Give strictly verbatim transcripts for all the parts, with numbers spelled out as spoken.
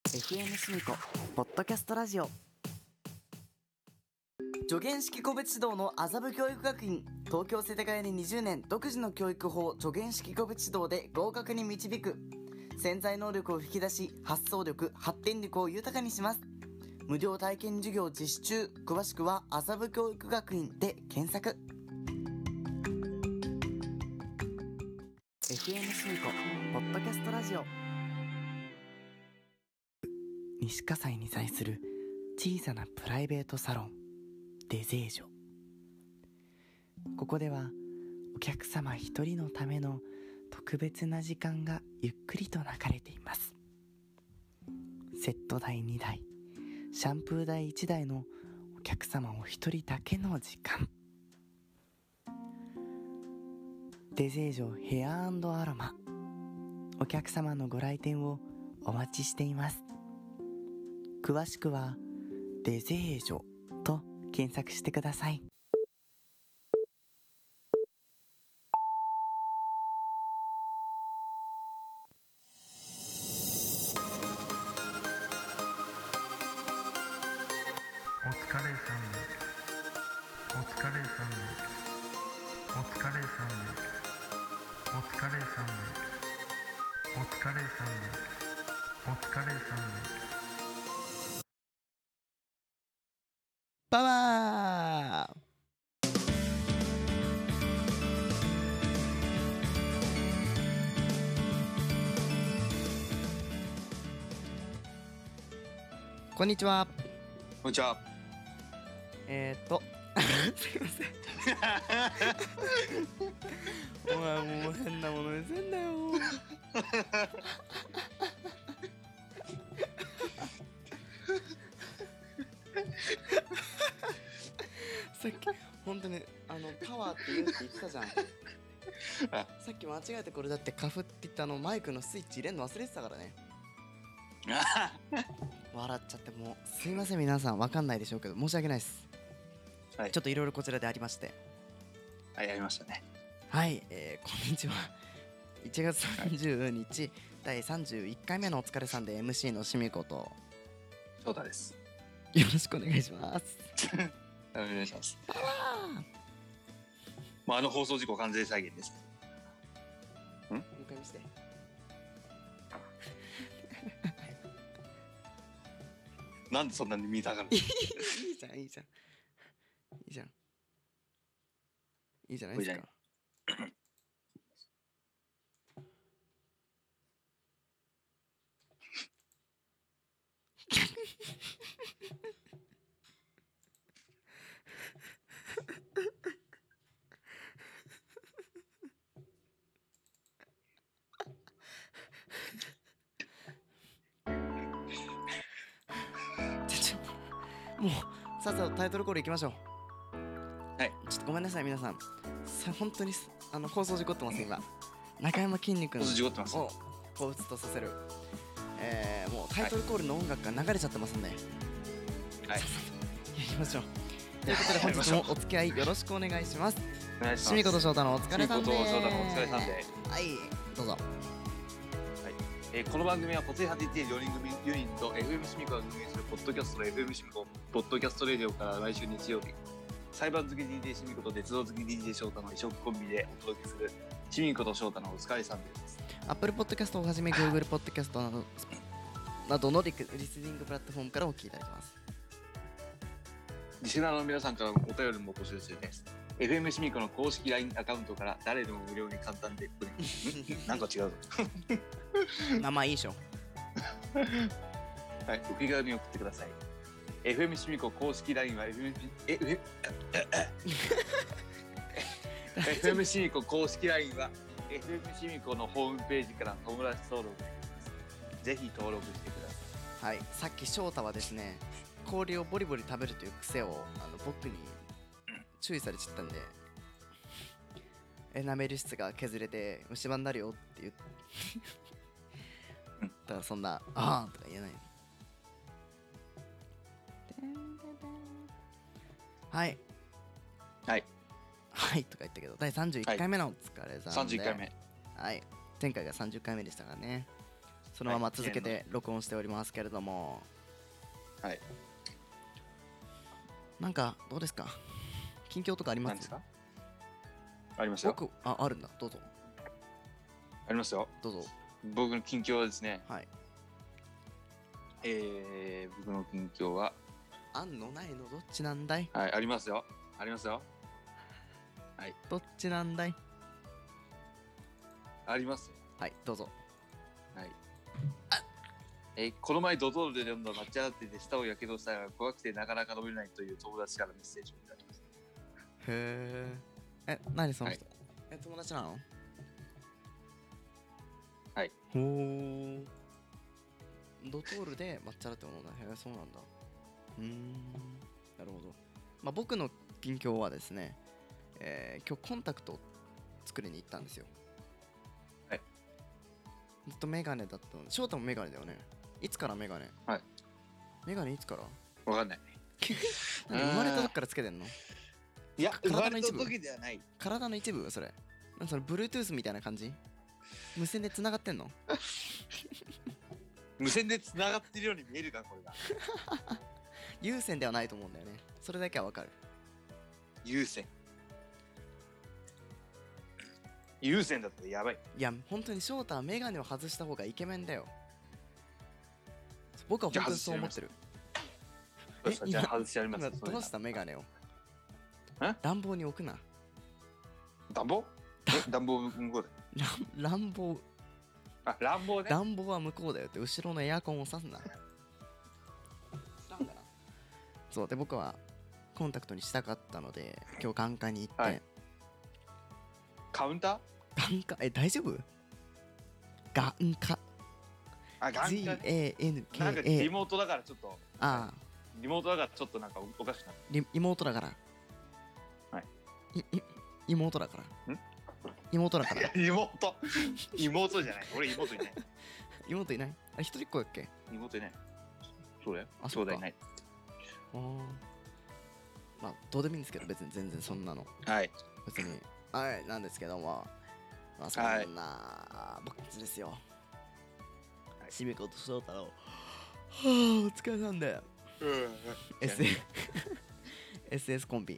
エフエム シミコポッドキャストラジオ。助言式個別指導の麻布教育学院、東京世田谷ににじゅうねん独自の教育法助言式個別指導で合格に導く。潜在能力を引き出し、発想力発展力を豊かにします。無料体験授業実施中。詳しくは麻布教育学院で検索。 エフエム シミコポッドキャストラジオ。西葛西に在する小さなプライベートサロンデゼージョ。ここではお客様一人のための特別な時間がゆっくりと流れています。セット代にだい、シャンプー代いちだいのお客様お一人だけの時間。デゼージョヘア&アロマ、お客様のご来店をお待ちしています。詳しくはデゼージョと検索してください。 お疲れさんです。お疲れさんです。お疲れさんです。お疲れさんです。お疲れさんです。お疲れさんです。 パワー。こんにちは。 こんにちは。 えーっとすいませんお前もう変なもの見せんなよさっき本当にあのパワーって言うって言ってたじゃんさっき間違えてこれだってカフって言ったあのマイクのスイッチ入れんの忘れてたからね笑っちゃって、もうすいません皆さん、わかんないでしょうけど申し訳ないです、はい、ちょっといろいろこちらでありまして。 はい、やりましたね。 はい、えー、こんにちは。いちがつさんじゅうにち、はい、だいさんじゅういっかいめのお疲れさんで エムシー のしみこと翔太です。 よろしくお願いしますお願いします。まあ、あの放送事故完全再現です。ん？もう一回見せてなんでそんなに見たがるいいじゃんいいじゃんいいじゃんいいじゃないですかもうさっさとタイトルコールいきましょう。 はい。 ちょっとごめんなさい皆さん。さ本当にあの放送事故ってます今。中山きんに君を彷彿とさせる、えー、もうタイトルコールの音楽が流れちゃってますんで、はい、やりましょう。ということで本日もお付き合いよろしくお願いします。 お願いします。 しみこと翔太のお疲れさんでーす。 しみこと翔太のお疲れさんで。 はい、どうぞ。 えー、この番組はポツイハティティ両人組ユニット エフエム シミコが運営するポッドキャストの エフエム シミコポッドキャストレディオから毎週日曜日、裁判好き ディージェー シミコと鉄道好き ディージェー 翔太の異色コンビでお届けするシミコと翔太のお疲れさんです。 Apple Podcast をはじめ Google Podcast などなどのリクリスニングプラットフォームからお聞きいただきます。 リスナーの皆さんからのお便りも募集中です。エフエム シミコの公式 ライン アカウントから誰でも無料に簡単でなんか違うぞまあまあいいでしょはい、お気軽に送ってください。 エフエム シミコ公式 ライン は エフエム ええエフエム シミコ公式 ライン は エフエム シミコのホームページから友達登録できます。ぜひ登録してください。 はい、さっき翔太はですね、氷をボリボリ食べるという癖をあの僕に注意されちゃったんで、エナメル質が削れて虫歯になるよって言ってだからそんなあーとか言えない。はいはいはいとか言ったけど、だいさんじゅういっかいめのお疲れ様で、はい、 さんじゅういっかいめ、 はい、前回がさんじゅっかいめでしたからね。 そのままはい続けて録音しておりますけれども、 はい。 なんかどうですか？近況とかあります？ 何ですか？ありますよ。 僕、あ、あるんだ。どうぞ。 ありますよ。 どうぞ。 僕の近況はですね、 はい。 えー、僕の近況は、 あんのないのどっちなんだい？ はい、ありますよ。ありますよ。 どっちなんだい？ ありますよ。 はい、どうぞ。 はい。えーこの前ドトールで飲んだ抹茶ラテで舌をやけどしたが怖くてなかなか飲めないという友達からメッセージをいただきました。 へえ。え、何その人？え、友達なの？ はい。 ほー。ドトールで抹茶ラテを飲んだ。へえ、そうなんだ。うーん。なるほど。まあ、僕の近況はですね、えー今日コンタクトを作りに行ったんですよ。 はい。 ずっとメガネだったので、翔太もメガネだよね。いつからメガネ？ はい。 メガネいつから？ わかんない。 何生まれた時からつけてんの？ いや、 か生まれた体の一部時ではない。 体の一部それ。なんそれ Bluetooth みたいな感じ？無線で繋がってんの？ 無線で繋がってるように見えるか、これが。 有線ではないと思うんだよね。それだけはわかる。 有線。有線だったらやばい。 いや、本当に翔太はメガネを外した方がイケメンだよ。僕は本当にそう思ってる。 どうした？ えじゃあ外してやります今。どうしたメガネを？ え？ 乱暴に置くな。 暖房？え暖房向こうだよ。 乱乱暴、 あ、乱暴ね。 乱暴は向こうだよって後ろのエアコンを刺すな。そうで、僕はコンタクトにしたかったので、今日眼科に行って、 はいカウンター？ 眼科、え、大丈夫？眼科。 あ、眼科ね。 ジーエーエヌケーエーなんかリモートだからちょっと、 ああ、 リモートだからちょっとなんかおかしくなる。 リ妹だから。 はいい。い妹だから。 ん妹だから。 妹妹じゃない。俺妹いない。 妹いない？あれ、一人っ子だっけ？ 妹いない。そうだよ。 あそっか兄弟いない。 あーまあ、どうでもいいんですけど、別に全然そんなの。 はい。 別に、はい、なんですけども、まあ、そはいんな、僕たちですよ。 いしみこと翔太郎。はあ、お疲れさんで。 うん。 エスエス エスエス コンビ。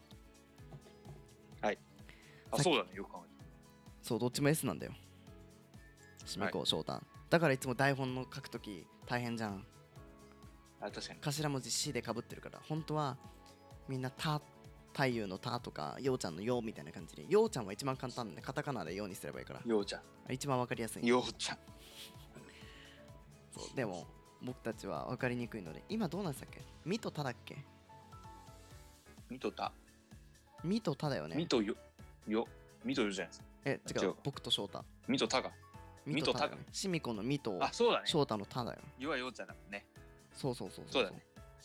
あ、そうだね。よく考えそう、どっちも S なんだよ。しみこ翔太。だからいつも台本の書くとき大変じゃん。 た。あ、確かに。 頭文字 C でかぶってるから、本当はみんなた、太陽のたとか、ようちゃんのよみたいな感じで、ようちゃんは一番簡単なんで、カタカナでようにすればいいから、 ようちゃん。 一番わかりやすい。 ようちゃん。 そうでも、僕たちはわかりにくいので、今どうなんでしたっけ？みとただっけ？ みとた。 みとただよね。 みとよ。よ。みとよじゃないですか。 え、違う違う、 僕と翔太。 みとたが。みとたがだよね。しみこのみとあ、そうだね。 翔太のただよ。 よはようちゃんだもんね。 そうそうそうそうだ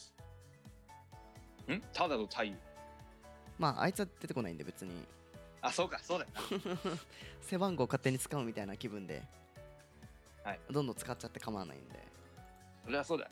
ね。んただの太陽。 まあ、あいつは出てこないんで別に、 あ、そうか、そうだよな。 背番号勝手に使うみたいな気分で、 はいどんどん使っちゃって構わないんで。 それはそうだよ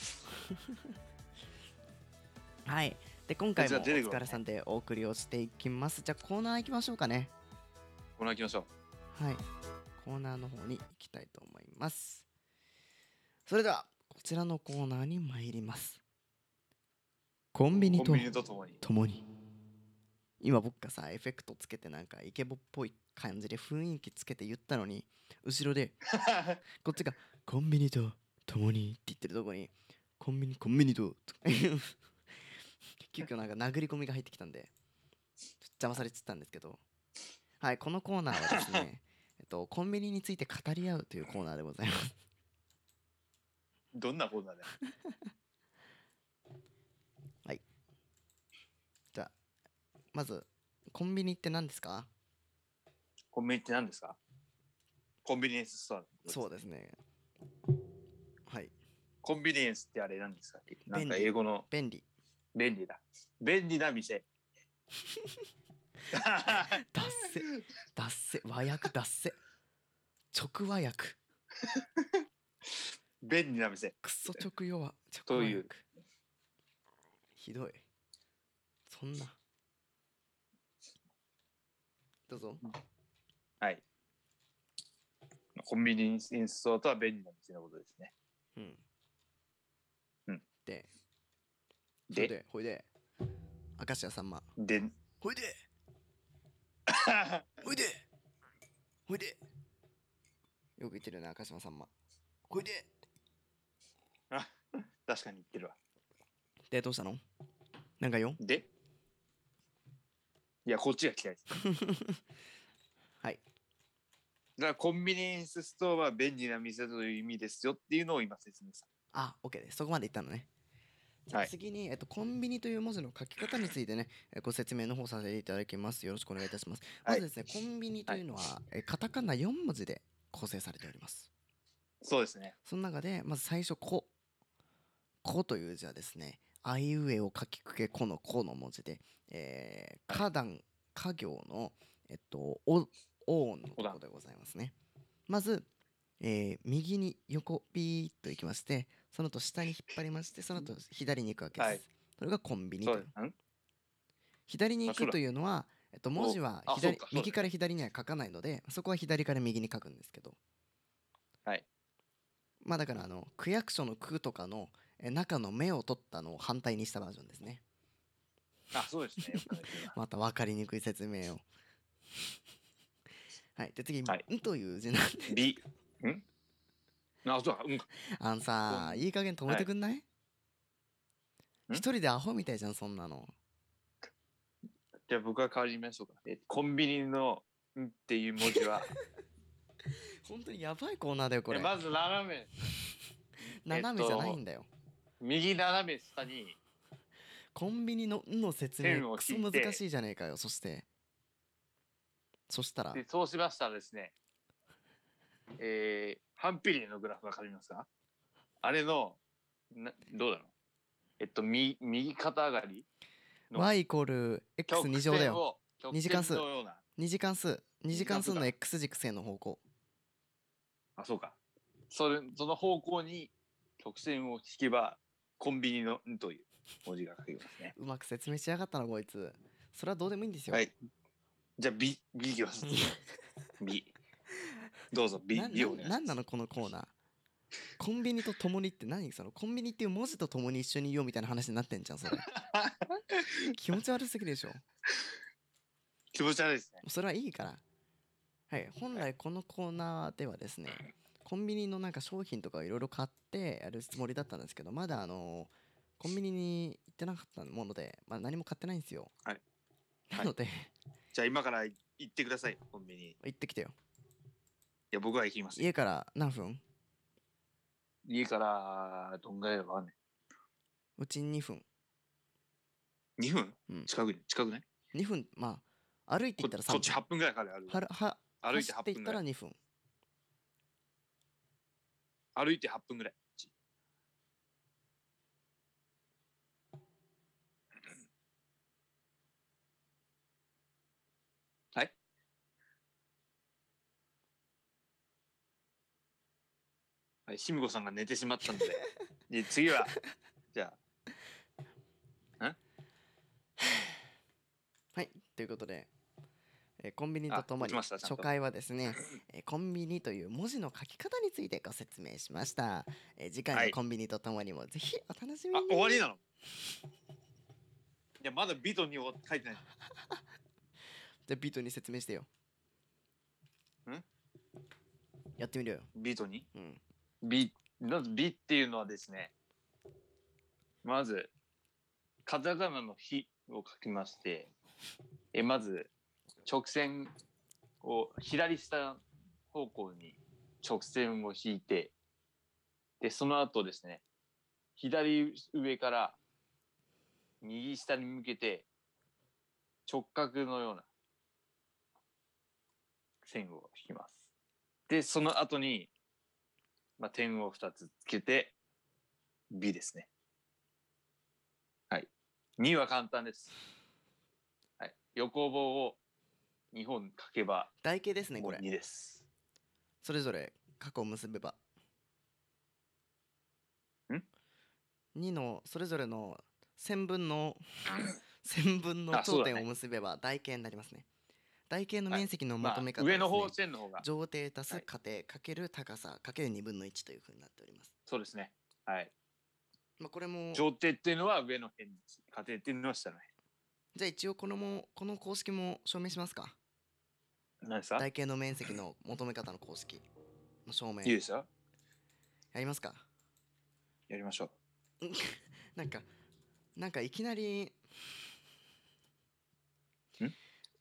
な。 はい。で、今回もおじゃあ出てくるわね疲れさんでお送りをしていきます。じゃあコーナー行きましょうかね。 この行きましょう。 はい。コーナーの方に行きたいと思います。それでは、こちらのコーナーに参ります。コンビニとコンビニとともに。 共に。今僕がさ、エフェクトつけてなんかイケボっぽい感じで雰囲気つけて言ったのに、後ろでこっちがコンビニと共にって言ってるとこに、コンビニコンビニととかいう急遽なんか殴り込みが入ってきたんで、邪魔されてたんですけど、はい、このコーナーはですね、えっと、コンビニについて語り合うというコーナーでございます。 どんなコーナーだよ。 じゃあ、まず、コンビニって何ですか？ コンビニって何ですか？コンビニエンスストア。 そうですね。はい。 コンビニエンスってあれ何ですか？なんか便利英語の便利。 便利だ。便利な店。 脱せ。脱せ。和訳脱せ。直和訳。 便利な店。 クソ直弱。直という和訳。ひどい。そんな。どうぞ。 はい。 コンビニエンスストアとは便利な店のことですね。 うん。 うんで、それで、 で、ほいで、明石家さんま。 で、 ほいで、ほいで、ほいで。よく言ってるよね、明石家さんま。ほいで。 あ確かに言ってるわ。 で、どうしたの？なんかよ。 で、いや、こっちが聞きたいです。 はい。 だからコンビニエンスストアは便利な店という意味ですよっていうのを今説明した。 あ、OK です。そこまで言ったのね。じゃはいあ次に、えっと、コンビニという文字の書き方についてね、えご説明の方させていただきます。よろしくお願いいたします。 はいまずですね、コンビニというのは、えカタカナよん文字で構成されております。 そうですね。 その中で、まず最初、こ。こという字はですね、あいうえを書きくけこのこの文字で、えー、花壇、家行の、えっと、お、おのところでございますね。まず、えー右に横ピーっと行きまして、その後下に引っ張りまして、その後左に行くわけです。 はいそれがコンビニという。 そうです。ん左に行くというのは、えっと、文字は左あそうかそうだ右から左には書かないので、そこは左から右に書くんですけど、 はい。 まあだからあの区役所の区とかのえ中の目を取ったのを反対にしたバージョンですね。 あ、そうですね。よく考えてるなまた分かりにくい説明を。はい。で次、 はいんという字なんで、 ビ、んあ、そうだ。うん。 あのさ、 うんいい加減止めてくんない？ ん一人でアホみたいじゃん、そんなの。 じゃあ僕は代わりましょうか。えコンビニの「ん」っていう文字は、 本当にやばいコーナーだよ、これ。 えまず斜め、 斜めじゃないんだよ。 右斜め下に、 コンビニの「ん」の説線を明クソ引いて難しいじゃねえかよ。そしてそしたらでそうしましたらですね、えー、ハンピリのグラフわかりますか？あれの、などうだろうえっと、み右肩上がりの y イコール x 二乗だよ。 曲二次関数線を曲線のような。 二次関数二次関数の二次関数か x 軸線の方向。 あ、そうか。それ、その方向に曲線を引けば、コンビニの「ん」という文字が書けますね。 うまく説明しやがったなこいつ。それはどうでもいいんですよ。 はい。じゃあ、ビ、ビいきます。ビ。どうぞ、ビ、 なビをお願いします。 なんなのこのコーナー。コンビニと共にって何？そのコンビニっていう文字と共に一緒にいようみたいな話になってんじゃんそれ。気持ち悪すぎでしょ。 気持ち悪いですね。 それはいいから。はい、本来このコーナーではですね、コンビニのなんか商品とかいろいろ買ってやるつもりだったんですけど、まだあのコンビニに行ってなかったもので、まだ何も買ってないんですよ。 はいなので、 じゃあ、今から行ってください、コンビニ。い行ってきてよ。 や、僕は行きますよ。 家から何分？ 家から、どんぐらいだかわかんないうちにふん。 にふんうん、 近くに、近くないにふん、まあ歩いて行ったらさんここっちはっぷんぐらいかかる。 はるは歩いて8 走って行ったら分ぐらい。 にふん。 歩いてはっぷんぐらい。はい。はい、しみこさんが寝てしまったので、で次は、じゃはい、ということで、えーコンビニとあともに起きましたちゃんと初回はですね、えーコンビニという文字の書き方についてご説明しました。えー次回はいのコンビニとともにもぜひお楽しみあ、 に。 終わりなのいや、まだビトにを書いてない。 じゃあビートに説明してよ。 んやってみるよ。 ビトにうん。 ビ、まずビっていうのはですね、まず、カタカナのヒを書きまして、えまず、直線を左下方向に直線を引いて、で、その後ですね、左上から右下に向けて直角のような線を引きます。で、その後に、まあ、点をふたつつけて、ビですね。はい。には簡単です。はい。横棒をにほん書けば、 台形ですね、これ。 もうにです。 それぞれ角を結べば。 ん ? に のそれぞれの線分の線分の頂点を結べば台形になりますね。 台形の面積のまあ求め方はですね、 上の方線の方が。 上底足すはい下底かける高さかけるにぶんのいちというふうになっております。 そうですね。はい。 まあ、これも上底っていうのは上の辺、下底っていうのは下のじゃあ一応このもこの公式も証明しますか。 辺。何ですか？ 台形の面積の求め方の公式の証明いいですよ。 やりますか。 やりましょう。 なんかなんかいきなりん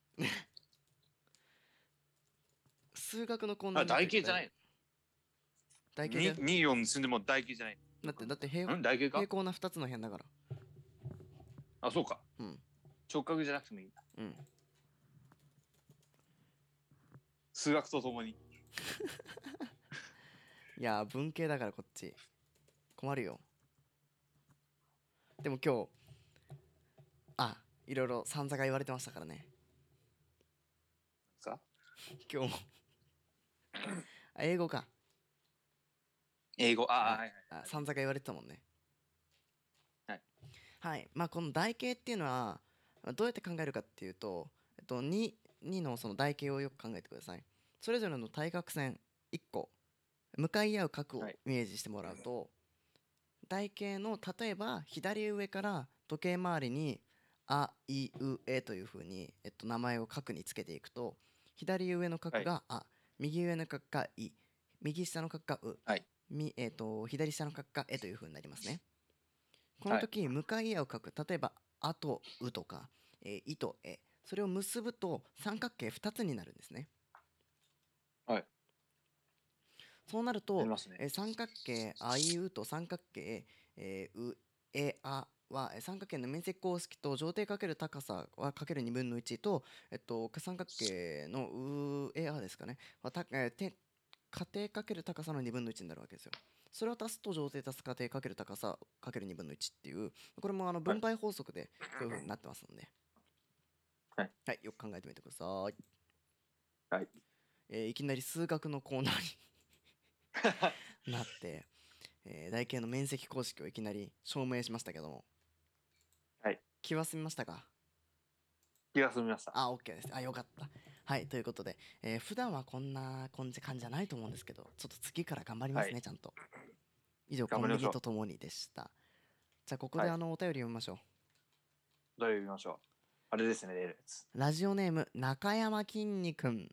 数学のコーナーあ、 になってるけど台形じゃない。 台形だよ。 にを結んでも台形じゃない。 だってだって平ん台形か平行なふたつの辺だから。 あ、そうか。 うん直角じゃなくてもいいんだ。 うん数学とともに。 いや文系だからこっち困るよ。でも今日あいろいろ散々が言われてましたからねさ今日もあ英語か英語、あ、 あはいはい。 あ散々が言われてたもんね。 はいはいまあこの台形っていうのはどうやって考えるかっていうと、えっと、に, にのその台形をよく考えてください。それぞれの対角線いっこ向かい合う角をはいイメージしてもらうと、台形の例えば左上から時計回りにあいうえというふうに、えっと、名前を角につけていくと、左上の角があ、右上の角がい、右下の角がう、 はいみえっと、左下の角がえというふうになりますね。この時向かい合う角、例えばあとうとか、えーいとえ、それを結ぶと三角形ふたつになるんですね。 はいそうなると、 ありますね。 えー三角形あいうと三角形、えーうえあはえー三角形の面積公式と上底かける高さはかけるにぶんのいちと、えっと、三角形のうえあですかねはた、えーて下底かける高さのにぶんのいちになるわけですよ。それを足すと上底足す下底かける高さかけるにぶんのいちっていう、これもあの分配法則でこういう風になってますので、 はい、 はい、よく考えてみてください。 はいえーいきなり数学のコーナーになってえー台形の面積公式をいきなり証明しましたけども、 はい気は済みましたか。 気が済みました。 あ OK です。あよかった。はいということで、えー普段はこんな感じ感じじゃないと思うんですけど、ちょっと次から頑張りますね、 はいちゃんと。以上コンビ頑張りましょうニとともにでした。じゃあここではいあのお便り読みましょう。 どれ読みましょう。あれですね、出るやつ。 ラジオネーム中山きんに君、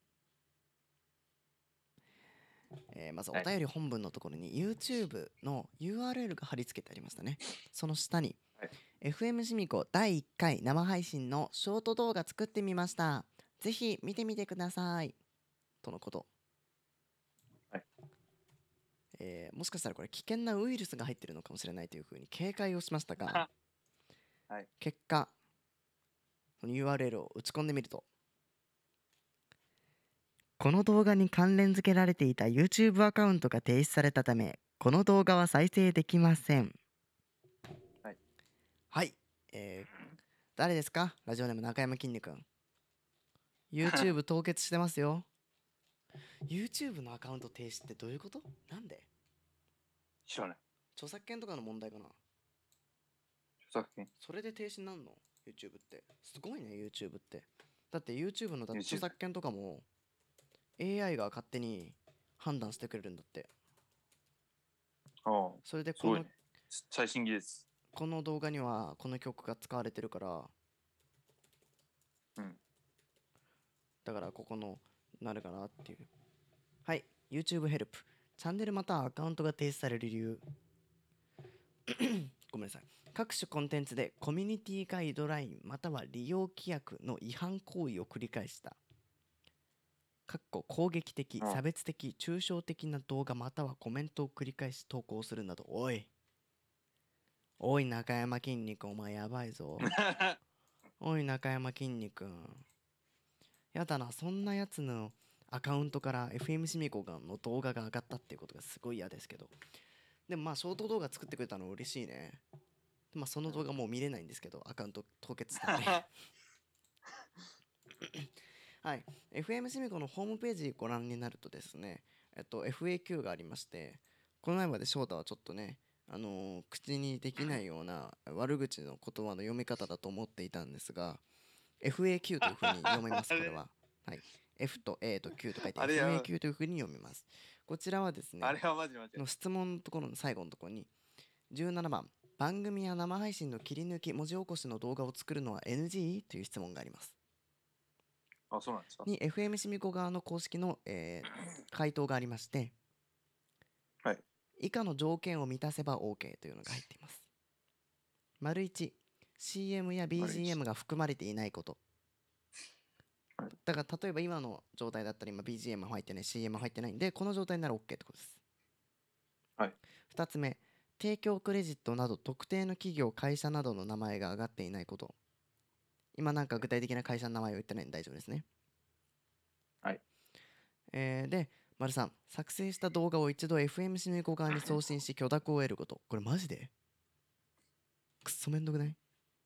えーまずおはい便り本文のところに YouTube の ユーアールエル が貼り付けてありましたね。その下に、 はいエフエム シミコだいいっかい生配信のショート動画作ってみました。ぜひ見てみてください。とのこと。 はいえーもしかしたらこれ危険なウイルスが入ってるのかもしれないというふうに警戒をしましたが、 はい結果、その ユーアールエル を打ち込んでみると、この動画に関連付けられていた YouTube アカウントが停止されたため、この動画は再生できません。 はい、 はいえー誰ですか。ラジオネーム中山きんに君。YouTube 凍結してますよ。YouTube のアカウント停止ってどういうこと。なんで。 知らない。 著作権とかの問題かな。 著作権。 それで停止になるの YouTube って。すごいね YouTube って。だって YouTube のだって YouTube 著作権とかも エーアイ が勝手に判断してくれるんだって。 ああ、 それですこのごいね。最新技術。 この動画にはこの曲が使われてるから、 うん。 だからここのなるかなっていう。はい YouTube ヘルプ、チャンネルまたはアカウントが停止される理由ごめんなさい。各種コンテンツでコミュニティガイドラインまたは利用規約の違反行為を繰り返したかっこ攻撃的、 うん差別的、抽象的な動画またはコメントを繰り返し投稿するなど、おいおい中山きんに君お前やばいぞおい中山きんに君やだな、そんなやつのアカウントから エフエム シミコガンの動画が上がったっていうことがすごい嫌ですけど、でもまあショート動画作ってくれたの嬉しいね。まあその動画もう見れないんですけど、アカウント凍結したんではい、エフエム シミコのホームページご覧になるとですね、えっと エフエーキュー がありまして、この前まで翔太はちょっとね、あのー口にできないような悪口の言葉の読み方だと思っていたんですが、 エフエーキュー というふうに読みますこれは、はい、F と A と Q と書いてあれやエフエーキュー というふうに読みます。こちらはですねあれはマジマジ。 の質問のところの最後のところにじゅうななばん、番組や生配信の切り抜き文字起こしの動画を作るのは エヌジー という質問があります。 あ、そうなんですか。 に エフエム シミコ側の公式の、えー回答がありまして、 はい、 以下の条件を満たせば OK というのが入っています。丸いち、シーエム や ビージーエム が含まれていないこと。だから例えば今の状態だったら今 ビージーエム 入ってない シーエム 入ってないんでこの状態なら OK ってことです。 はい、 ふたつめ、提供クレジットなど特定の企業会社などの名前が挙がっていないこと。今なんか具体的な会社の名前を言ってないんで大丈夫ですね。 はい、 えー、で丸さん、作成した動画を一度 エフエム シミコ側に送信し許諾を得ること。これマジでくっそめんどくない？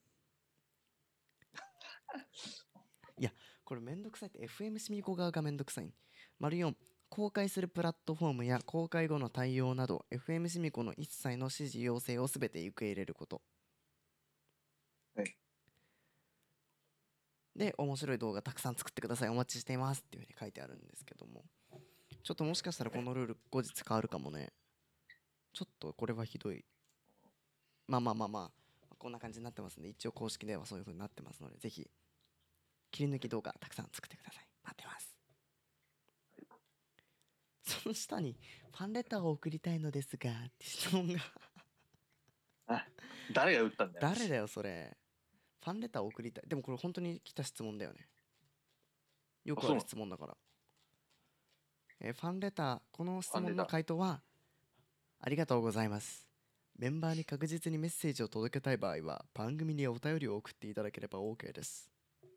いやこれめんどくさいって エフエム シミコ側がめんどくさい。丸よん、公開するプラットフォームや公開後の対応など エフエム シミコの一切の指示要請をすべて受け入れること。 はいで、面白い動画たくさん作ってください、お待ちしていますっていうふうに書いてあるんですけども、ちょっともしかしたらこのルール後日変わるかもね。ちょっとこれはひどい。まあまあまあまあこんな感じになってますんで、一応公式ではそういう風になってますので、ぜひ切り抜き動画たくさん作ってください。待ってます。その下にファンレターを送りたいのですがって質問があ、誰が打ったんだよ。 誰だよそれ。ファンレターを送りたい。でもこれ本当に来た質問だよね。よくある質問だから。えーファンレター、この質問の回答はありがとうございます。メンバーに確実にメッセージを届けたい場合は番組にお便りを送っていただければ OK です。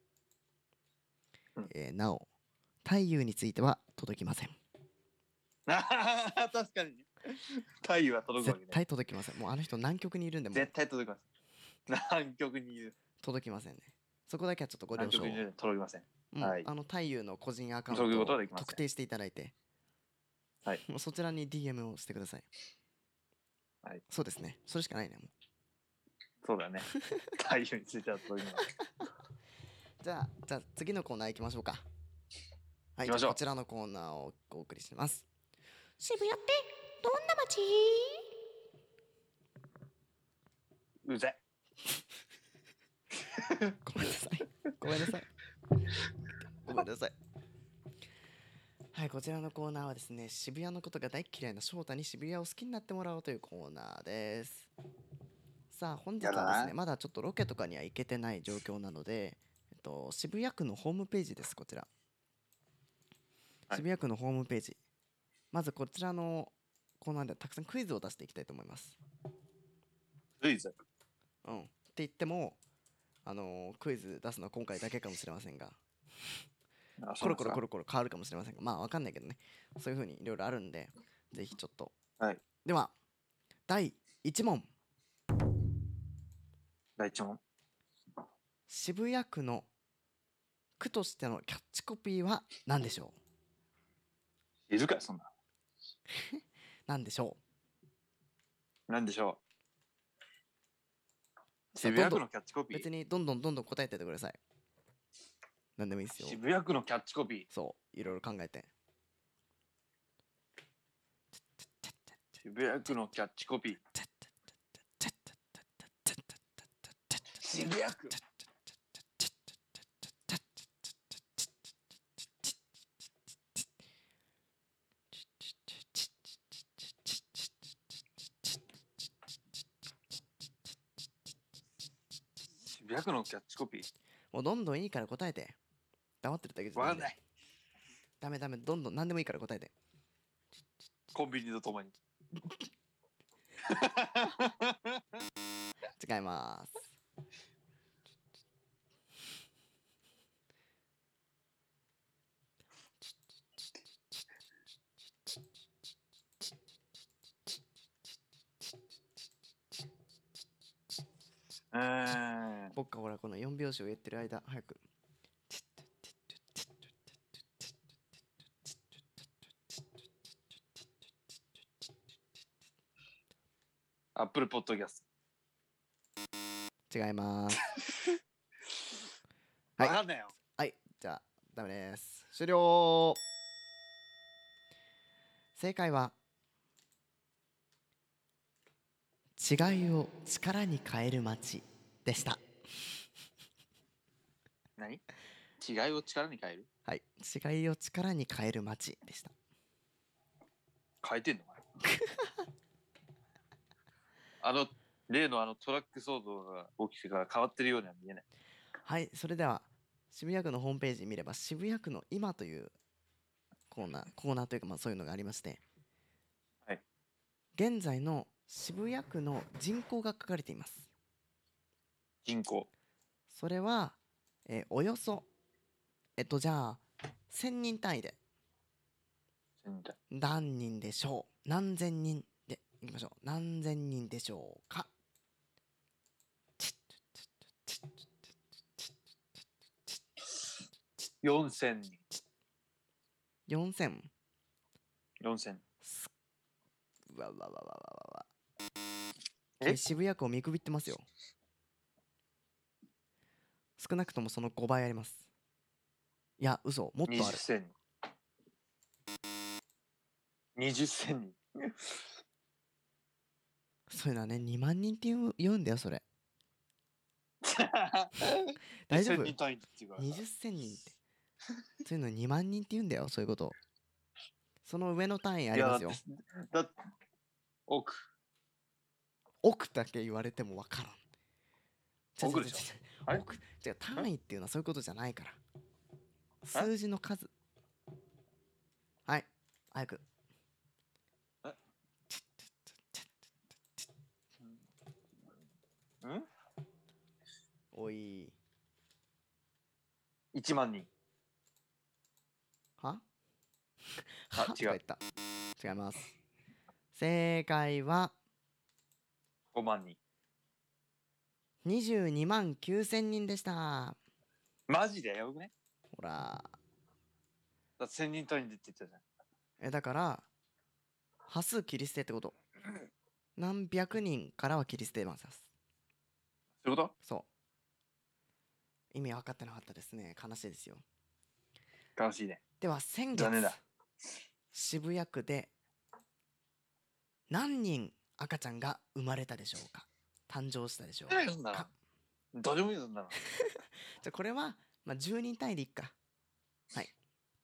うんえーなお、太陽については届きません。 あー確かにね。太陽は届くわけね。 絶対届きません。もうあの人南極にいるんでもう絶対届きます。南極にいる。 届きませんね。そこだけはちょっとご了承を。 南極にいる。届きません。 うんはいあの太陽の個人アカウンそういうトをことはできません特定していただいて、 はいもうそちらに ディーエム をしてください。 はいそうですね。それしかないね。もうそうだね。太陽については届きません。 じゃあ、じゃあ次のコーナー行きましょうか。はい、 行きましょうじゃあこちらのコーナーをお送りします。渋谷ってどんな街？ うぜ。 ごめんなさい。ごめんなさい。ごめんなさい。はい、こちらのコーナーはですね、渋谷のことが大嫌いな翔太に渋谷を好きになってもらおうというコーナーです。さあ、本日はやだなですね、まだちょっとロケとかには行けてない状況なので、えっと、渋谷区のホームページです、こちら。 はい渋谷区のホームページ。まずこちらのコーナーではたくさんクイズを出していきたいと思います。 クイズ。 うん。って言っても、あのークイズ出すのは今回だけかもしれませんが、 あコロコロコロ。 ロコロ変わるかもしれませんが、まあわかんないけどね、そういう風にいろいろあるんで、ぜひちょっと。 はい。 では、だいいち問。 第一問。 渋谷区の区としてのキャッチコピーは何でしょいるかよ、そんな。 う？何でしょなんでしょう。 さあ渋谷区のキャッチコう？ ピー。 別にどんどんどんどん答えてってください。何でもいいですよ。 渋谷区のキャッチコピー。 そう、いろいろ考えて。 渋谷区のキャッチコピー。渋谷区。渋谷区のキャッチコピー。 もうどんどんいいから答えて。黙ってるだけじゃダメだよ。 わかんない。 ダメダメ、どんどん何でもいいから答えて。 コンビニとともに。 違います。 うーん。 僕がほらこのよん拍子を言ってる間早く。 アップルポッドキャス違います。 はいわかんないよ。 はい、じゃあダメです。終了。正解は違いを力に変える街でした。 何？違いを力に変える？ はい、違いを力に変える街でした。 変えてんのかなあの、例のあのトラック騒動が起きてから変わってるようには見えない。 はい、それでは渋谷区のホームページ見れば渋谷区の今というコーナーコーナーというかまあそういうのがありまして、 はい。 現在の渋谷区の人口が書かれています。 人口。 それは、えーおよそえっとじゃあせんにん単位で千人。 何人でしょう、何千人でいきましょう。何千人でしょうか。 よんせんにん。 よんせん。 よんせん。 うわわわわわわわ。 え渋谷区を見くびってますよ。少なくともそのごばいあります。いや嘘、もっとあ 20 る。 千人。にじゅっせんにん。 そういうのはね、にまん人って言う言うんだよそれ。大丈夫せんにん単位っていうからさにじゅっせんにんってそういうのにまん人って言うんだよ、そういうこと。その上の単位ありますよ。 いやだってだって億。 億だけ言われてもわからん。ちょ億でしょちょちょあれ億違う、単位っていうのはそういうことじゃないから。数字の数。はい、早く。 えんおい。 いちまんにん。 はあはとか違う言った。違います。正解はごまんにん。 にじゅうにまんきゅうせんにんでした。 マジでやばくね？ ほら。 だってせんにん単位でって言ってたじゃん。 え、だから、端数切り捨てってこと。何百人からは切り捨てます。 そういうこそう。意味分かってなかったですね。悲しいですよ。 と？悲しいね。 では先月残念だ。 渋谷区で何人赤ちゃんが生まれたでしょうか。誕生したでしょう誰そんなのか。 どうでもいいよそんなの。 じゃあこれは、まあ、じゅうにん単位でいっか。はい。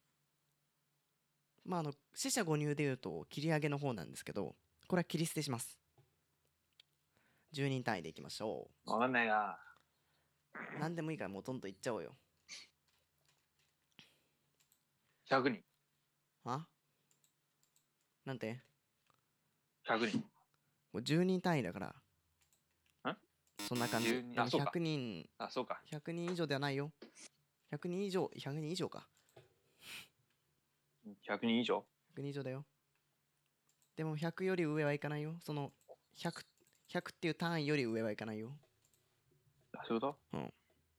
まああの死者誤入でいうと切り上げの方なんですけど、これは切り捨てします。じゅうにん単位でいきましょわかんないな。 う。何でもいいからもうどんどんいっちゃおうよ。 ひゃくにん。 はなんてひゃくにん。 これじゅうにん単位だからんそんな感じ。 じゅうにんでもあそうかひゃくにんあ、そうか。 ひゃくにん以上ではないよ。ひゃくにん以上、ひゃくにん以上か。 ひゃくにん以上。 ひゃくにん以上だよ。でもひゃくより上はいかないよ。そのひゃく、ひゃくっていう単位より上はいかないよ。 あ、そういうこうん。 と？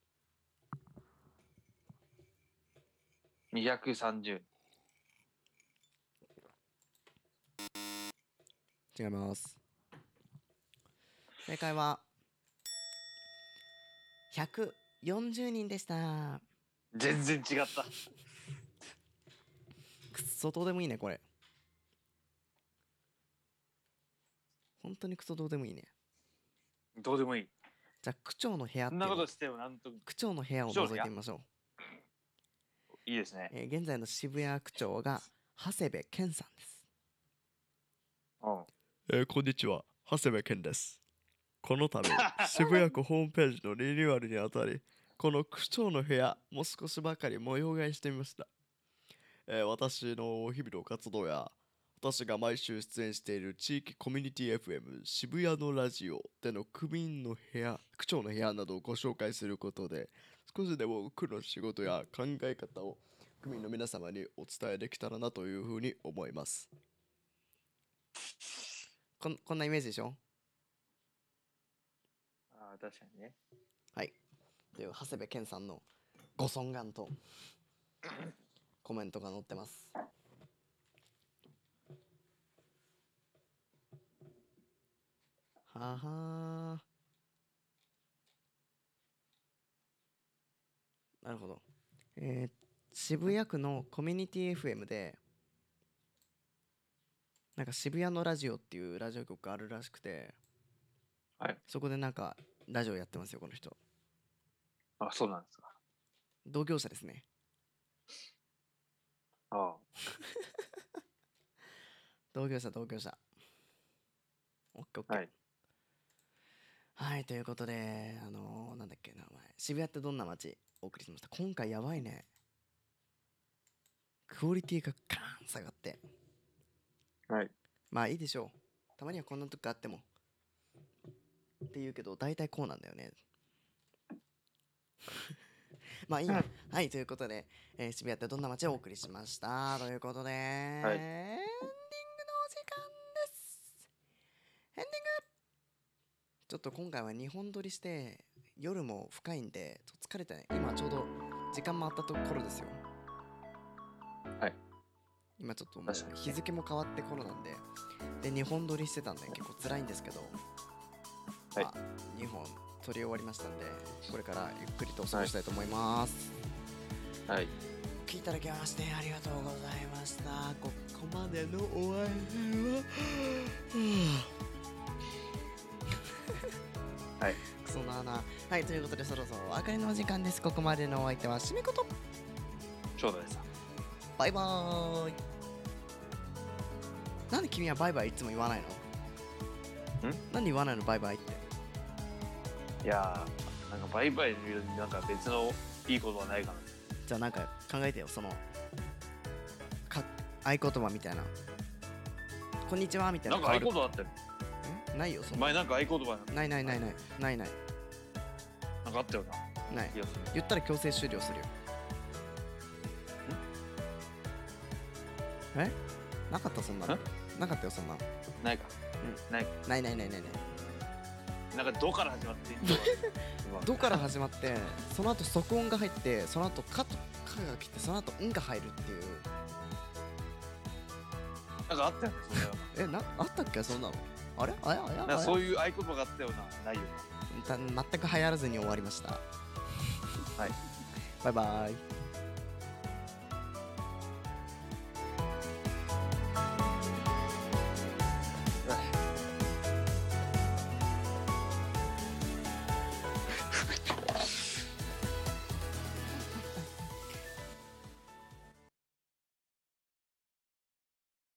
にひゃくさんじゅう。 違います。正解はひゃくよんじゅうにんでした。 全然違った。 くっそどうでもいいねこれ。本当にクソどうでもいいね。 どうでもいい。 じゃあ区長の部屋っていうのそんなことしてもなんと区長の部屋を覗いてみましょう。 いいですね。 えー現在の渋谷区長が長谷部健さんです。 うん。 えーこんにちは、長谷部健です。この度、渋谷区ホームページのリニューアルにあたり、この区長の部屋も少しばかり模様替えしてみました。えー私の日々の活動や、私が毎週出演している地域コミュニティ エフエム 渋谷のラジオでの区民の部屋、区長の部屋などをご紹介することで、少しでも区の仕事や考え方を区民の皆様にお伝えできたらなというふうに思います。 こんこんなイメージでしょ。 ああ、確かにね。 はいという長谷部健さんのご尊願とコメントが載ってます。ははなるほど。えー、渋谷区のコミュニティ エフエム でなんか渋谷のラジオっていうラジオ局があるらしくて、 はい。 そこでなんかラジオやってますよこの人。 あ、そうなんですか。 同業者ですね。 ああ。 同業者同業者。オッケーオッケー。 はい。 はい、ということで、あのー、なんだっけ名前、渋谷ってどんな街お送りしました。今回やばいね。クオリティがガーン下がって。 はい。 まあいいでしょう。たまにはこんなとこあっても。って言うけど、大体こうなんだよね。まあいいや。はい、ということで、えー渋谷ってどんな街をお送りしました。ということで、エンディングのお時間です。エンディングちょっと今回はにほん撮りして夜も深いんでちょっと疲れてね。今ちょうど時間回ったところですよ。 はい。 今ちょっともう確かにね日付も変わって頃なんででにほん撮りしてたんで結構辛いんですけど、 はいまあ、にほん撮り終わりましたんでこれからゆっくりと過ごしたいと思います。 はい。 お聞きいただきましてありがとうございました。ここまでのお相手ははい。 クソな穴。はい、ということでそろそろお別れのお時間です。ここまでのお相手はしみこと。 ちょうどです。 バイバーイ。なんで君はバイバイいつも言わないの？ んなんで言わないのバイバイって。 いやー、なんかバイバイのようになんか別のいいことはないかな。 じゃあなんか考えてよ、そのか合言葉みたいな。こんにちはみたいな。 なんか合言葉あったよ。 葉ないよそんな。 前なんか合言葉ないないないないないないなんかあったよな。 ない。 気がする。 言ったら強制終了するよ。え？なかったそんなの。なかったよそんなの。 ないか。 うない。 ないないないないない。 なんかどから始まってどから始まってその後即音が入ってその後カとカが来てその後んが入るっていう。 なんかあったよね、そんなよえなあったっけそんなの。あれあれあれうな。なんかそういう合言葉があったよな。ないよな。 た全く流行らずに終わりました。 はい。 バイバイ。